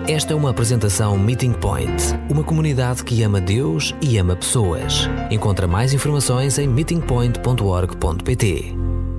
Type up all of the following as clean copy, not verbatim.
Esta é uma apresentação Meeting Point, uma comunidade que ama Deus e ama pessoas. Encontra mais informações em meetingpoint.org.pt.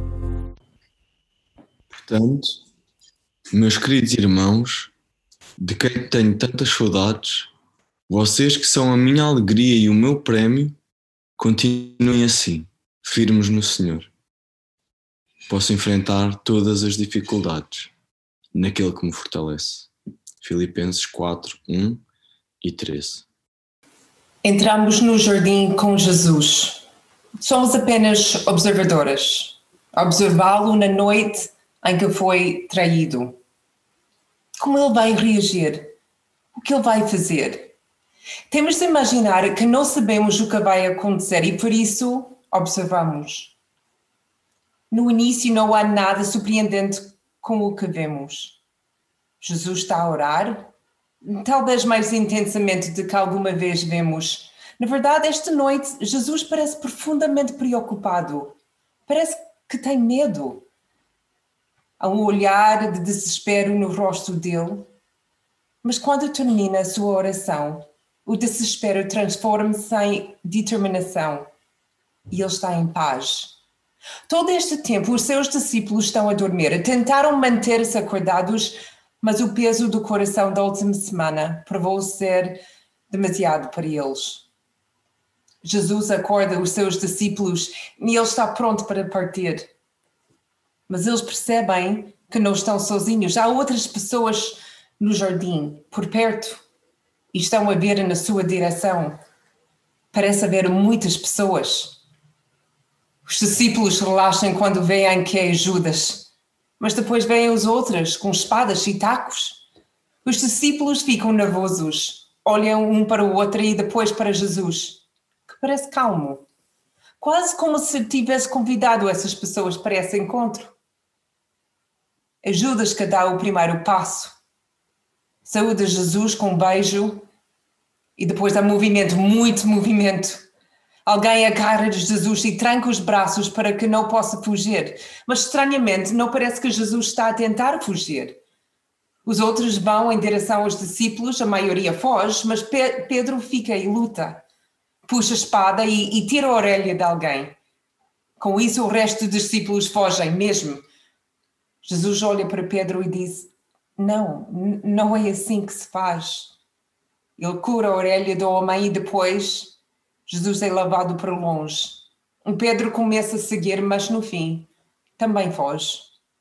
Portanto, meus queridos irmãos, de quem tenho tantas saudades, vocês que são a minha alegria e o meu prémio, continuem assim, firmes no Senhor. Posso enfrentar todas as dificuldades naquele que me fortalece. Filipenses 4, 1 e 13. Entramos no jardim com Jesus. Somos apenas observadoras. Observá-lo na noite em que foi traído. Como ele vai reagir? O que ele vai fazer? Temos de imaginar que não sabemos o que vai acontecer e por isso observamos. No início não há nada surpreendente com o que vemos. Jesus está a orar, talvez mais intensamente do que alguma vez vemos. Na verdade, esta noite, Jesus parece profundamente preocupado. Parece que tem medo. Há um olhar de desespero no rosto dele. Mas quando termina a sua oração, o desespero transforma-se em determinação. E ele está em paz. Todo este tempo, os seus discípulos estão a dormir. Tentaram manter-se acordados, mas o peso do coração da última semana provou ser demasiado para eles. Jesus acorda os seus discípulos e ele está pronto para partir. Mas eles percebem que não estão sozinhos. Há outras pessoas no jardim, por perto, e estão a ver na sua direção. Parece haver muitas pessoas. Os discípulos relaxam quando veem que é Judas. Mas depois vêm os outros com espadas e tacos. Os discípulos ficam nervosos, olham um para o outro e depois para Jesus, que parece calmo, quase como se tivesse convidado essas pessoas para esse encontro. É Judas que dá o primeiro passo. Saúda Jesus com um beijo e depois há muito movimento. Alguém agarra Jesus e tranca os braços para que não possa fugir. Mas estranhamente não parece que Jesus está a tentar fugir. Os outros vão em direção aos discípulos, a maioria foge, mas Pedro fica e luta. Puxa a espada e tira a orelha de alguém. Com isso o resto dos discípulos fogem mesmo. Jesus olha para Pedro e diz: não é assim que se faz. Ele cura a orelha do homem e depois Jesus é levado para longe. Pedro começa a seguir, mas no fim também foge.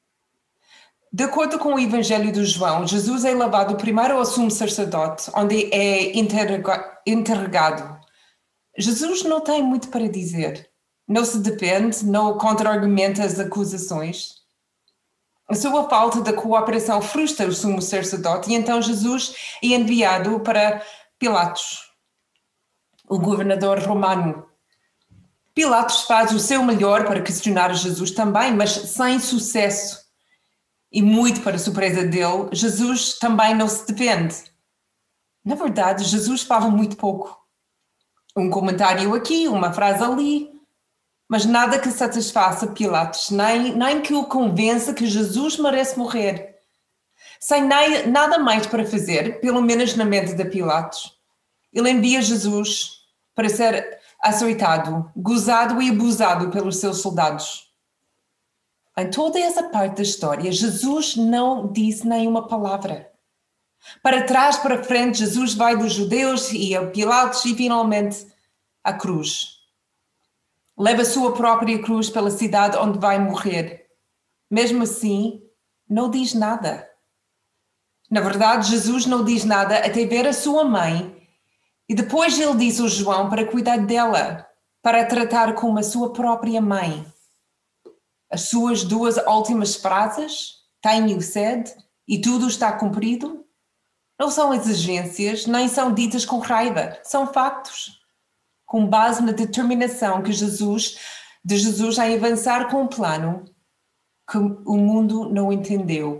De acordo com o Evangelho de João, Jesus é levado primeiro ao sumo sacerdote, onde é interrogado. Jesus não tem muito para dizer. Não se defende, não contra-argumenta as acusações. A sua falta de cooperação frustra o sumo sacerdote e então Jesus é enviado para Pilatos, o governador romano. Pilatos faz o seu melhor para questionar Jesus também, mas sem sucesso. E muito para a surpresa dele, Jesus também não se defende. Na verdade, Jesus fala muito pouco. Um comentário aqui, uma frase ali, mas nada que satisfaça Pilatos, nem que o convença que Jesus merece morrer. Sem nada mais para fazer, pelo menos na mente de Pilatos, ele envia Jesus para ser açoitado, gozado e abusado pelos seus soldados. Em toda essa parte da história, Jesus não disse nenhuma palavra. Para trás, para frente, Jesus vai dos judeus e a Pilatos e finalmente à cruz. Leva a sua própria cruz pela cidade onde vai morrer. Mesmo assim, não diz nada. Na verdade, Jesus não diz nada até ver a sua mãe. E depois ele disse ao João para cuidar dela, para a tratar como a sua própria mãe. As suas duas últimas frases, tenho sede e tudo está cumprido, não são exigências, nem são ditas com raiva, são factos, com base na determinação de Jesus em avançar com um plano que o mundo não entendeu.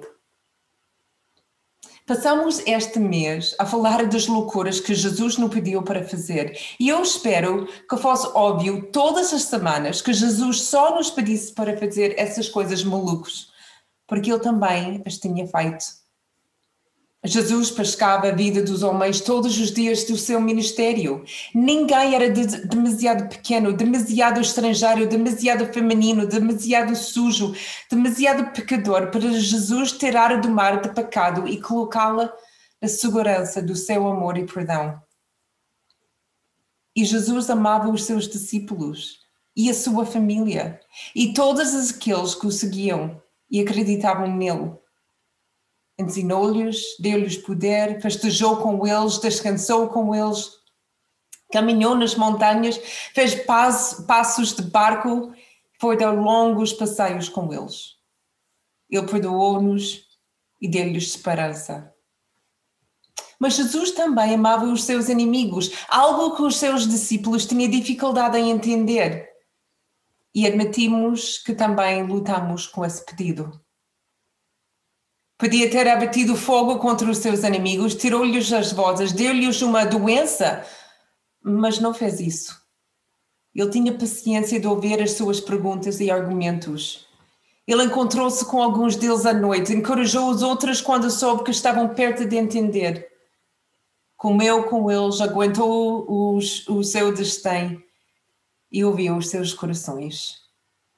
Passamos este mês a falar das loucuras que Jesus nos pediu para fazer. E eu espero que fosse óbvio todas as semanas que Jesus só nos pedisse para fazer essas coisas malucas, porque ele também as tinha feito. Jesus pescava a vida dos homens todos os dias do seu ministério. Ninguém era demasiado pequeno, demasiado estrangeiro, demasiado feminino, demasiado sujo, demasiado pecador para Jesus tirar do mar de pecado e colocá-la na segurança do seu amor e perdão. E Jesus amava os seus discípulos e a sua família e todos aqueles que o seguiam e acreditavam nele. Ensinou-lhes, deu-lhes poder, festejou com eles, descansou com eles, caminhou nas montanhas, fez passos de barco, foi dar longos passeios com eles. Ele perdoou-nos e deu-lhes esperança. Mas Jesus também amava os seus inimigos, algo que os seus discípulos tinham dificuldade em entender. E admitimos que também lutamos com esse pedido. Podia ter abatido fogo contra os seus inimigos, tirou-lhes as vozes, deu-lhes uma doença, mas não fez isso. Ele tinha paciência de ouvir as suas perguntas e argumentos. Ele encontrou-se com alguns deles à noite, encorajou os outros quando soube que estavam perto de entender. Comeu com eles, aguentou o seu desdém e ouviu os seus corações.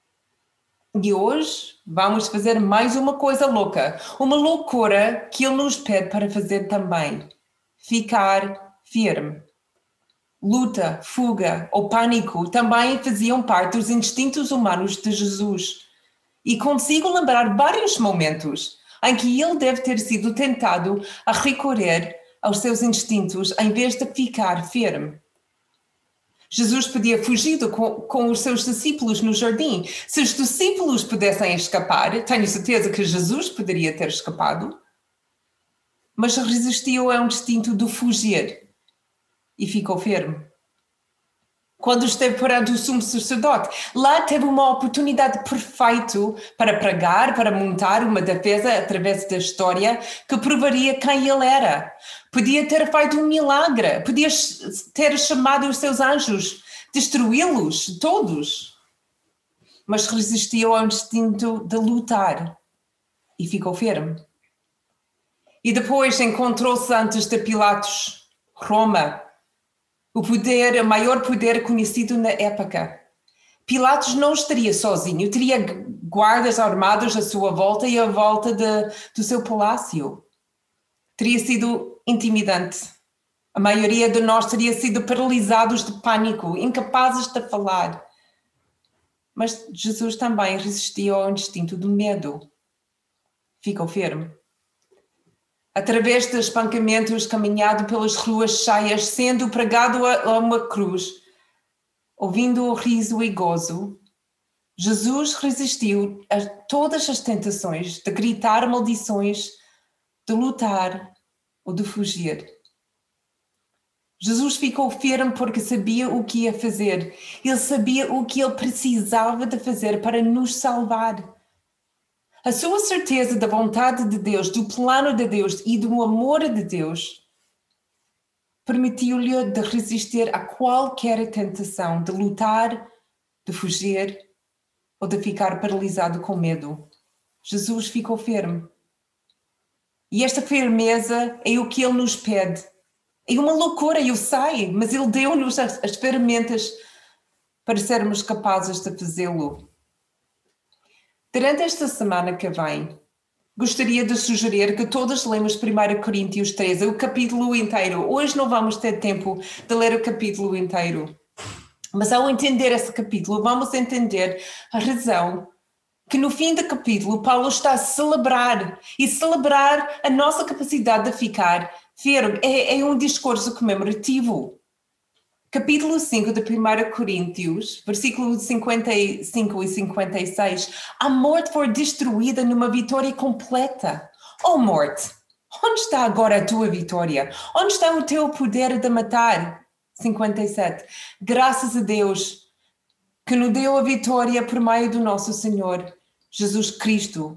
E hoje vamos fazer mais uma coisa louca, uma loucura que ele nos pede para fazer também. Ficar firme. Luta, fuga ou pânico também faziam parte dos instintos humanos de Jesus. E consigo lembrar vários momentos em que ele deve ter sido tentado a recorrer aos seus instintos em vez de ficar firme. Jesus podia fugir com os seus discípulos no jardim. Se os discípulos pudessem escapar, tenho certeza que Jesus poderia ter escapado, mas resistiu a um instinto de fugir e ficou firme. Quando esteve perante o sumo sacerdote, lá teve uma oportunidade perfeita para pregar, para montar uma defesa através da história que provaria quem ele era. Podia ter feito um milagre, podia ter chamado os seus anjos, destruí-los todos. Mas resistiu ao instinto de lutar e ficou firme. E depois encontrou-se antes de Pilatos, Roma, o maior poder conhecido na época. Pilatos não estaria sozinho, teria guardas armados à sua volta e à volta do seu palácio. Teria sido intimidante. A maioria de nós teria sido paralisados de pânico, incapazes de falar. Mas Jesus também resistiu ao instinto do medo. Ficou firme. Através de espancamentos, caminhado pelas ruas cheias, sendo pregado a uma cruz, ouvindo o riso e gozo, Jesus resistiu a todas as tentações de gritar maldições, de lutar ou de fugir. Jesus ficou firme porque sabia o que ia fazer. Ele sabia o que ele precisava de fazer para nos salvar. A sua certeza da vontade de Deus, do plano de Deus e do amor de Deus permitiu-lhe de resistir a qualquer tentação, de lutar, de fugir ou de ficar paralisado com medo. Jesus ficou firme. E esta firmeza é o que ele nos pede. É uma loucura, eu sei, mas ele deu-nos as ferramentas para sermos capazes de fazê-lo. Durante esta semana que vem, gostaria de sugerir que todos lemos 1 Coríntios 13, o capítulo inteiro. Hoje não vamos ter tempo de ler o capítulo inteiro. Mas ao entender esse capítulo, vamos entender a razão que no fim do capítulo Paulo está a celebrar a nossa capacidade de ficar firme. É um discurso comemorativo. Capítulo 5 de 1 Coríntios, versículos 55 e 56. A morte foi destruída numa vitória completa. Oh morte, onde está agora a tua vitória? Onde está o teu poder de matar? 57. Graças a Deus que nos deu a vitória por meio do nosso Senhor Jesus Cristo.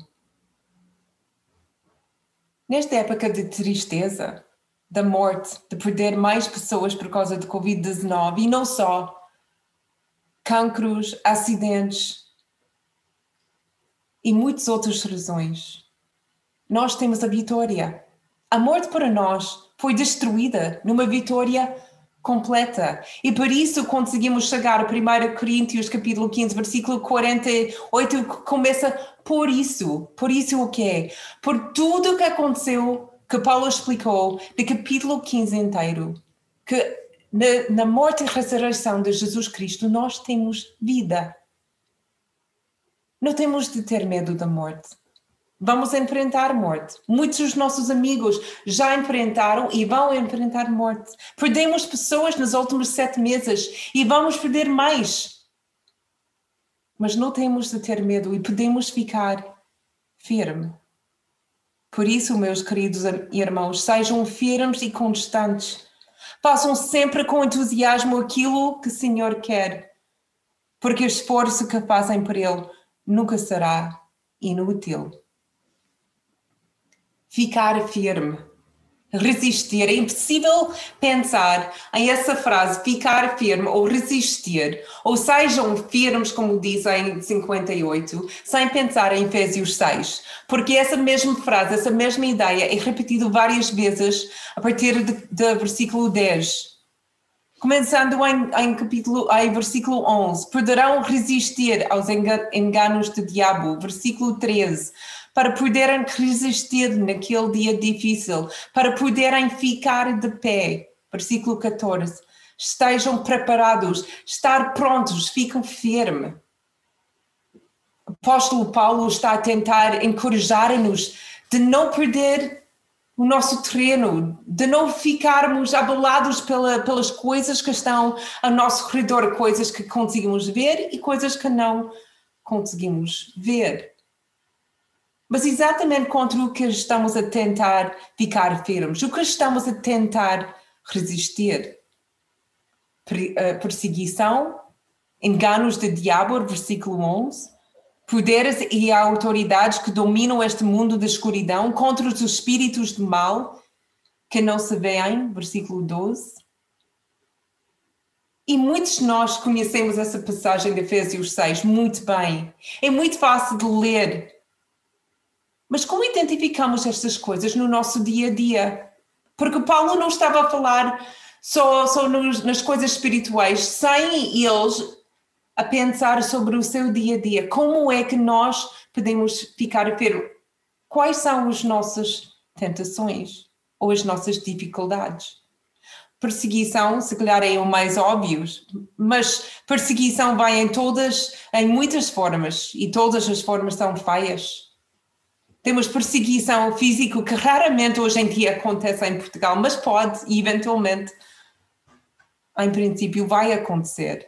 Nesta época de tristeza, da morte, de perder mais pessoas por causa de Covid-19 e não só, cancros, acidentes e muitas outras razões. Nós temos a vitória. A morte para nós foi destruída numa vitória completa. E por isso conseguimos chegar a 1 Coríntios capítulo 15, versículo 48, que começa por isso o quê? Por tudo o que aconteceu, que Paulo explicou, de capítulo 15 inteiro, que na morte e ressurreição de Jesus Cristo nós temos vida. Não temos de ter medo da morte. Vamos enfrentar morte. Muitos dos nossos amigos já enfrentaram e vão enfrentar morte. Perdemos pessoas nos últimos 7 meses e vamos perder mais. Mas não temos de ter medo e podemos ficar firmes. Por isso, meus queridos irmãos, sejam firmes e constantes. Façam sempre com entusiasmo aquilo que o Senhor quer, porque o esforço que fazem por Ele nunca será inútil. Ficar firme, resistir. É impossível pensar em essa frase, ficar firme ou resistir, ou sejam firmes, como diz em 58, sem pensar em Efésios 6. Porque essa mesma frase, essa mesma ideia é repetida várias vezes a partir do versículo 10. Começando em versículo 11. Poderão resistir aos enganos do diabo. Versículo 13. Para poderem resistir naquele dia difícil, para poderem ficar de pé. Versículo 14. Estejam preparados, estar prontos, ficam firmes. O apóstolo Paulo está a tentar encorajar-nos de não perder o nosso terreno, de não ficarmos abalados pelas coisas que estão ao nosso redor, coisas que conseguimos ver e coisas que não conseguimos ver. Mas exatamente contra o que estamos a tentar ficar firmes, o que estamos a tentar resistir. Perseguição, enganos do diabo, versículo 11, poderes e autoridades que dominam este mundo da escuridão contra os espíritos de mal que não se veem, versículo 12. E muitos de nós conhecemos essa passagem de Efésios 6 muito bem. É muito fácil de ler. Mas como identificamos estas coisas no nosso dia a dia? Porque Paulo não estava a falar só nas coisas espirituais, sem eles a pensar sobre o seu dia a dia. Como é que nós podemos ficar a ver quais são as nossas tentações ou as nossas dificuldades? Perseguição, se calhar é o mais óbvio, mas perseguição vai em muitas formas e todas as formas são feias. Temos perseguição física que raramente hoje em dia acontece em Portugal, mas pode e eventualmente, em princípio, vai acontecer.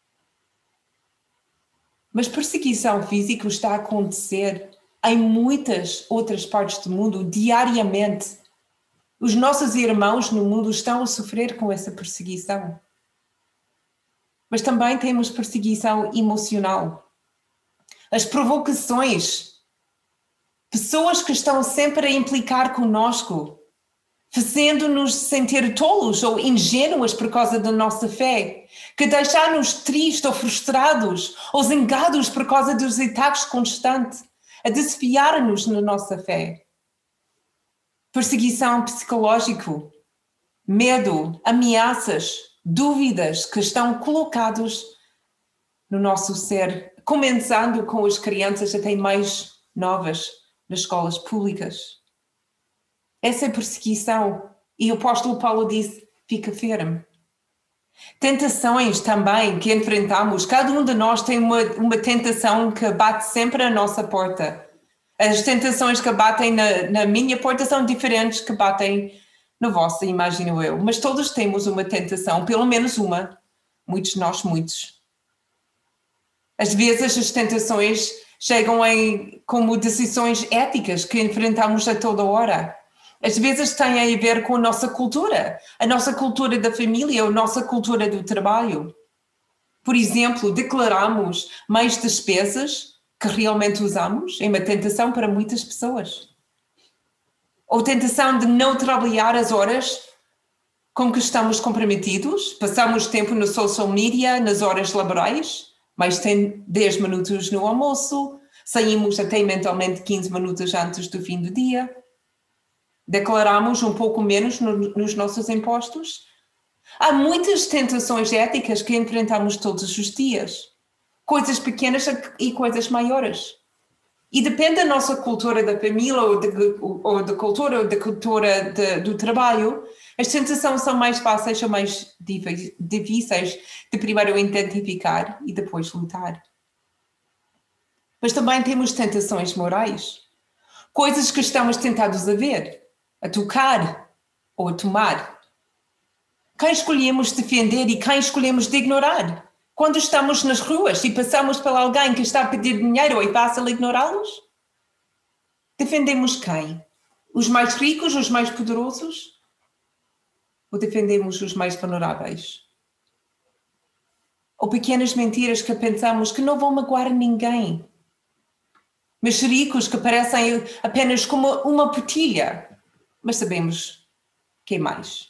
Mas perseguição física está a acontecer em muitas outras partes do mundo diariamente. Os nossos irmãos no mundo estão a sofrer com essa perseguição. Mas também temos perseguição emocional. As provocações. Pessoas que estão sempre a implicar conosco, fazendo-nos sentir tolos ou ingênuos por causa da nossa fé, que deixam-nos tristes ou frustrados ou zangados por causa dos ataques constantes, a desafiar-nos na nossa fé. Perseguição psicológica, medo, ameaças, dúvidas que estão colocados no nosso ser, começando com as crianças até mais novas, nas escolas públicas. Essa é perseguição. E o apóstolo Paulo disse, fica firme. Tentações também que enfrentamos. Cada um de nós tem uma tentação que bate sempre à nossa porta. As tentações que batem na minha porta são diferentes que batem na vossa, imagino eu. Mas todos temos uma tentação, pelo menos uma. Muitos de nós, muitos. Às vezes as tentações chegam como decisões éticas que enfrentamos a toda hora. Às vezes têm a ver com a nossa cultura da família, a nossa cultura do trabalho. Por exemplo, declaramos mais despesas que realmente usamos, é uma tentação para muitas pessoas. Ou tentação de não trabalhar as horas com que estamos comprometidos, passamos tempo no social media, nas horas laborais, mas tem 10 minutos no almoço, saímos até mentalmente 15 minutos antes do fim do dia. Declaramos um pouco menos nos nossos impostos? Há muitas tentações éticas que enfrentamos todos os dias. Coisas pequenas e coisas maiores. E depende da nossa cultura da família ou da cultura do trabalho, as tentações são mais fáceis ou mais difíceis de primeiro identificar e depois lutar. Mas também temos tentações morais. Coisas que estamos tentados a ver, a tocar ou a tomar. Quem escolhemos defender e quem escolhemos de ignorar? Quando estamos nas ruas e passamos por alguém que está a pedir dinheiro, é fácil ignorá-los? Defendemos quem? Os mais ricos, os mais poderosos? Ou defendemos os mais vulneráveis? Ou pequenas mentiras que pensamos que não vão magoar ninguém? Mas ricos que parecem apenas como uma partilha, mas sabemos quem mais.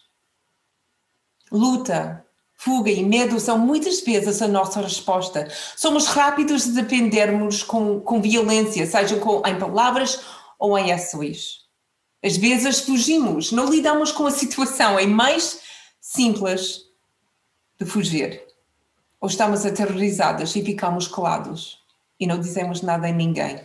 Luta, fuga e medo são muitas vezes a nossa resposta. Somos rápidos de defendermos com violência, seja em palavras ou em ações. Às vezes fugimos, não lidamos com a situação, é mais simples de fugir. Ou estamos aterrorizados e ficamos calados e não dizemos nada a ninguém.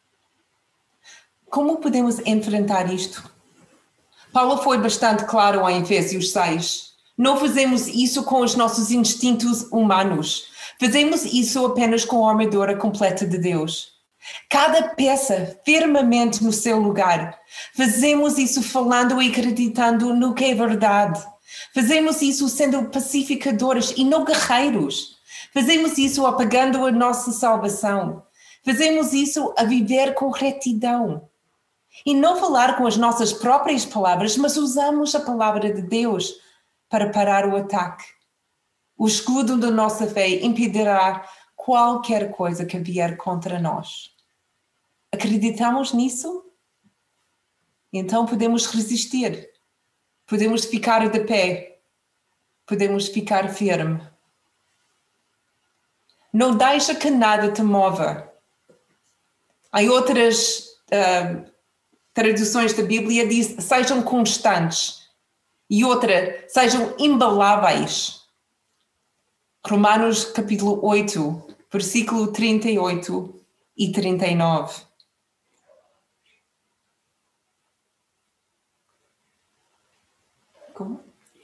Como podemos enfrentar isto? Paulo foi bastante claro em Efésios 6. Não fazemos isso com os nossos instintos humanos. Fazemos isso apenas com a armadura completa de Deus. Cada peça firmemente no seu lugar. Fazemos isso falando e acreditando no que é verdade. Fazemos isso sendo pacificadores e não guerreiros. Fazemos isso apagando a nossa salvação. Fazemos isso a viver com retidão. E não falar com as nossas próprias palavras, mas usamos a palavra de Deus para parar o ataque. O escudo da nossa fé impedirá qualquer coisa que vier contra nós. Acreditamos nisso? Então podemos resistir. Podemos ficar de pé. Podemos ficar firme. Não deixa que nada te mova. Há outras traduções da Bíblia diz sejam constantes e outra, sejam imbaláveis. Romanos capítulo 8, versículo 38 e 39. Como?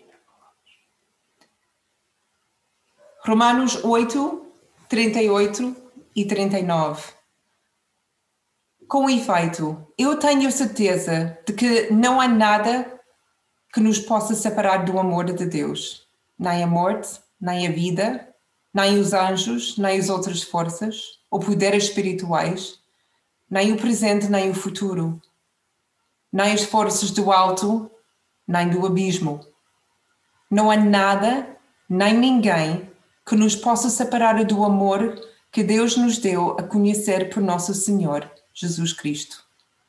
Romanos 8, 38 e 39. Com efeito, eu tenho certeza de que não há nada que nos possa separar do amor de Deus. Nem a morte, nem a vida, nem os anjos, nem as outras forças, ou poderes espirituais, nem o presente, nem o futuro, nem as forças do alto, nem do abismo. Não há nada, nem ninguém, que nos possa separar do amor que Deus nos deu a conhecer por nosso Senhor Jesus Cristo.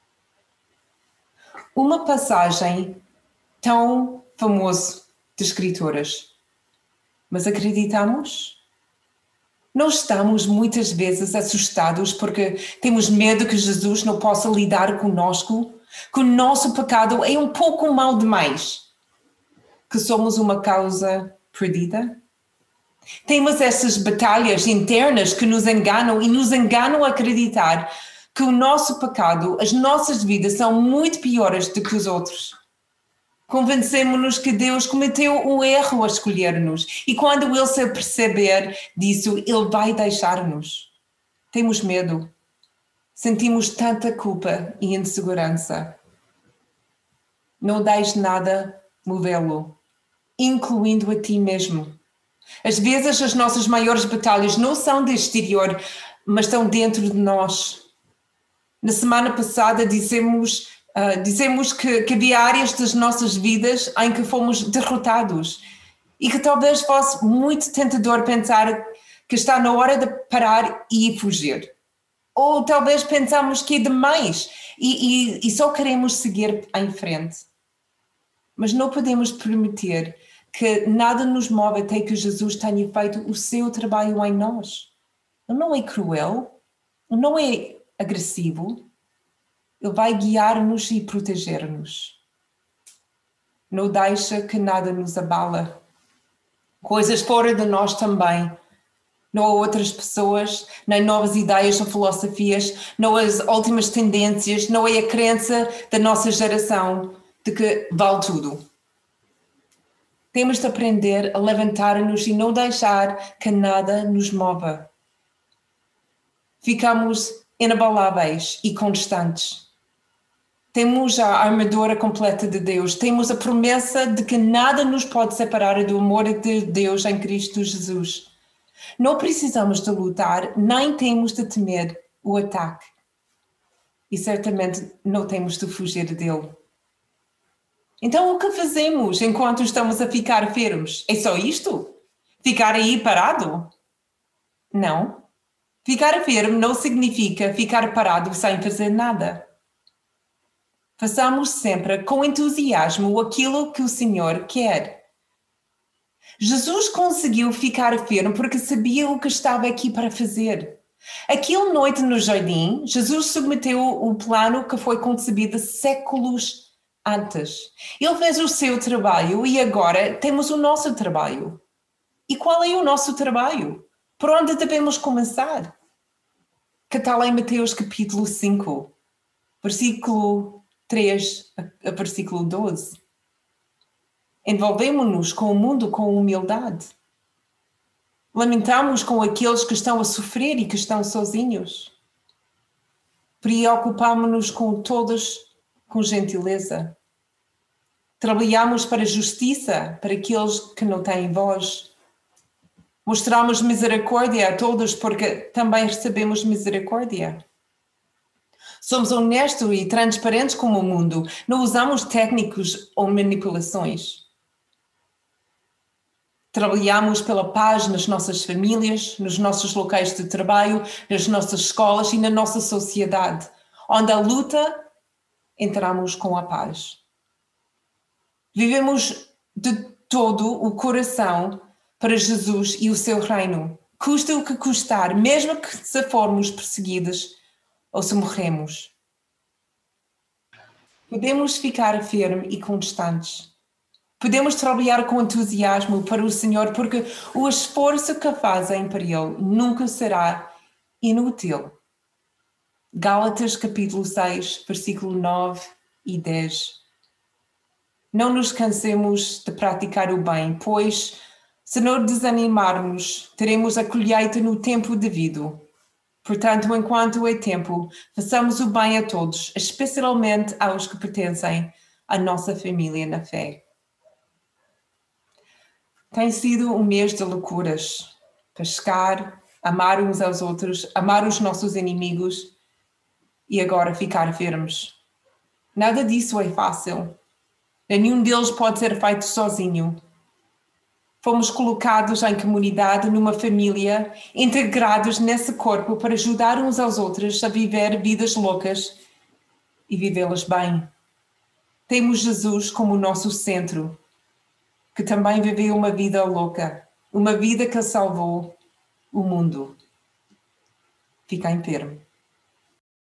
Uma passagem tão famosa de escrituras, mas acreditamos? Não estamos muitas vezes assustados porque temos medo que Jesus não possa lidar conosco, que o nosso pecado é um pouco mau demais, que somos uma causa perdida? Temos essas batalhas internas que nos enganam e nos enganam a acreditar que o nosso pecado, as nossas vidas são muito piores do que os outros. Convencemos-nos que Deus cometeu um erro a escolher-nos e quando Ele se aperceber disso, Ele vai deixar-nos. Temos medo. Sentimos tanta culpa e insegurança. Não deixes nada movê-lo, incluindo a ti mesmo. Às vezes as nossas maiores batalhas não são de exterior, mas estão dentro de nós. Na semana passada dissemos que havia áreas das nossas vidas em que fomos derrotados e que talvez fosse muito tentador pensar que está na hora de parar e fugir. Ou talvez pensamos que é demais e só queremos seguir em frente. Mas não podemos permitir que nada nos move até que Jesus tenha feito o seu trabalho em nós. Ele não é cruel, ele não é agressivo, ele vai guiar-nos e proteger-nos. Não deixa que nada nos abala. Coisas fora de nós também. Não há outras pessoas, nem novas ideias ou filosofias, não as últimas tendências, não é a crença da nossa geração de que vale tudo. Temos de aprender a levantar-nos e não deixar que nada nos mova. Ficamos inabaláveis e constantes. Temos a armadura completa de Deus. Temos a promessa de que nada nos pode separar do amor de Deus em Cristo Jesus. Não precisamos de lutar, nem temos de temer o ataque. E certamente não temos de fugir dele. Então o que fazemos enquanto estamos a ficar firmes? É só isto? Ficar aí parado? Não. Ficar firme não significa ficar parado sem fazer nada. Façamos sempre com entusiasmo aquilo que o Senhor quer. Jesus conseguiu ficar firme porque sabia o que estava aqui para fazer. Aquela noite no jardim, Jesus submeteu o plano que foi concebido séculos antes. Ele fez o seu trabalho e agora temos o nosso trabalho. E qual é o nosso trabalho? Por onde devemos começar? Que tal em Mateus capítulo 5, versículo 3 a versículo 12? Envolvemos-nos com o mundo com humildade. Lamentamos com aqueles que estão a sofrer e que estão sozinhos. Preocupamos-nos com todos com gentileza. Trabalhamos para a justiça, para aqueles que não têm voz. Mostramos misericórdia a todos porque também recebemos misericórdia. Somos honestos e transparentes com o mundo. Não usamos técnicos ou manipulações. Trabalhamos pela paz nas nossas famílias, nos nossos locais de trabalho, nas nossas escolas e na nossa sociedade. Onde a luta, entramos com a paz. Vivemos de todo o coração para Jesus e o seu reino. Custa o que custar, mesmo que se formos perseguidos ou se morremos. Podemos ficar firmes e constantes. Podemos trabalhar com entusiasmo para o Senhor, porque o esforço que fazem para Ele nunca será inútil. Gálatas capítulo 6, versículo 9 e 10. Não nos cansemos de praticar o bem, pois, se não desanimarmos, teremos a colheita no tempo devido. Portanto, enquanto é tempo, façamos o bem a todos, especialmente aos que pertencem à nossa família na fé. Tem sido um mês de loucuras. Pescar, amar uns aos outros, amar os nossos inimigos e agora ficar firmes. Nada disso é fácil. Nenhum deles pode ser feito sozinho. Fomos colocados em comunidade, numa família, integrados nesse corpo para ajudar uns aos outros a viver vidas loucas e vivê-las bem. Temos Jesus como o nosso centro, que também viveu uma vida louca, uma vida que salvou o mundo. Fiquem firmes.